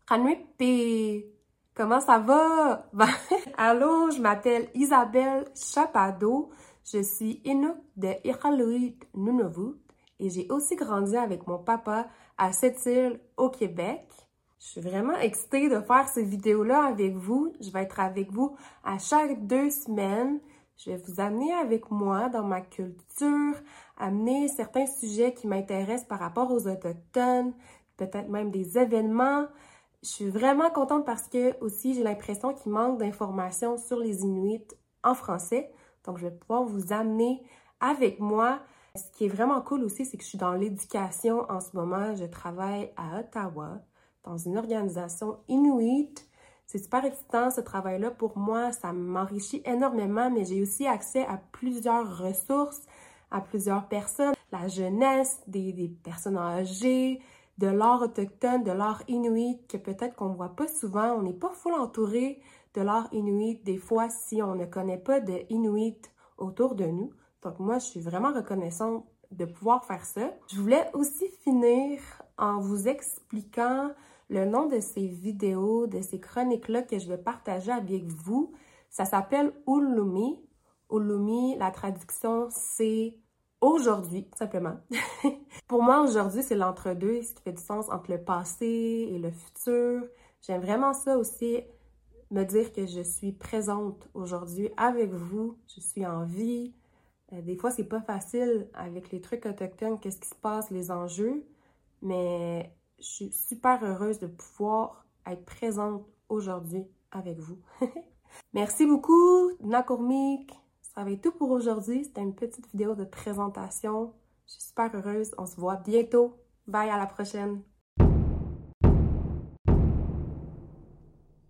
Kanwipi! Comment ça va? Allô, je m'appelle Isabelle Chapado. Je suis Inuk de Iqaluit, Nunavut et j'ai aussi grandi avec mon papa à Sept-Îles, au Québec. Je suis vraiment excitée de faire ces vidéos-là avec vous. Je vais être avec vous à chaque 2 semaines. Je vais vous amener avec moi dans ma culture, amener certains sujets qui m'intéressent par rapport aux Autochtones, peut-être même des événements. Je suis vraiment contente parce que aussi j'ai l'impression qu'il manque d'informations sur les Inuits en français. Donc, je vais pouvoir vous amener avec moi. Ce qui est vraiment cool aussi, c'est que je suis dans l'éducation en ce moment. Je travaille à Ottawa, dans une organisation Inuit. C'est super excitant ce travail-là pour moi. Ça m'enrichit énormément, mais j'ai aussi accès à plusieurs ressources, à plusieurs personnes. La jeunesse, des personnes âgées, de l'art autochtone, de l'art inuit, que peut-être qu'on ne voit pas souvent. On n'est pas full entouré de l'art inuit, des fois, si on ne connaît pas de Inuit autour de nous. Donc moi, je suis vraiment reconnaissante de pouvoir faire ça. Je voulais aussi finir en vous expliquant le nom de ces vidéos, de ces chroniques-là que je vais partager avec vous. Ça s'appelle Ulumi. Ulumi, la traduction, c'est aujourd'hui, simplement. Pour moi, aujourd'hui, c'est l'entre-deux, ce qui fait du sens entre le passé et le futur. J'aime vraiment ça aussi, me dire que je suis présente aujourd'hui avec vous. Je suis en vie. Des fois, c'est pas facile avec les trucs autochtones, qu'est-ce qui se passe, les enjeux. Mais je suis super heureuse de pouvoir être présente aujourd'hui avec vous. Merci beaucoup, Nakurmik. Ça va être tout pour aujourd'hui. C'était une petite vidéo de présentation. Je suis super heureuse. On se voit bientôt. Bye, à la prochaine.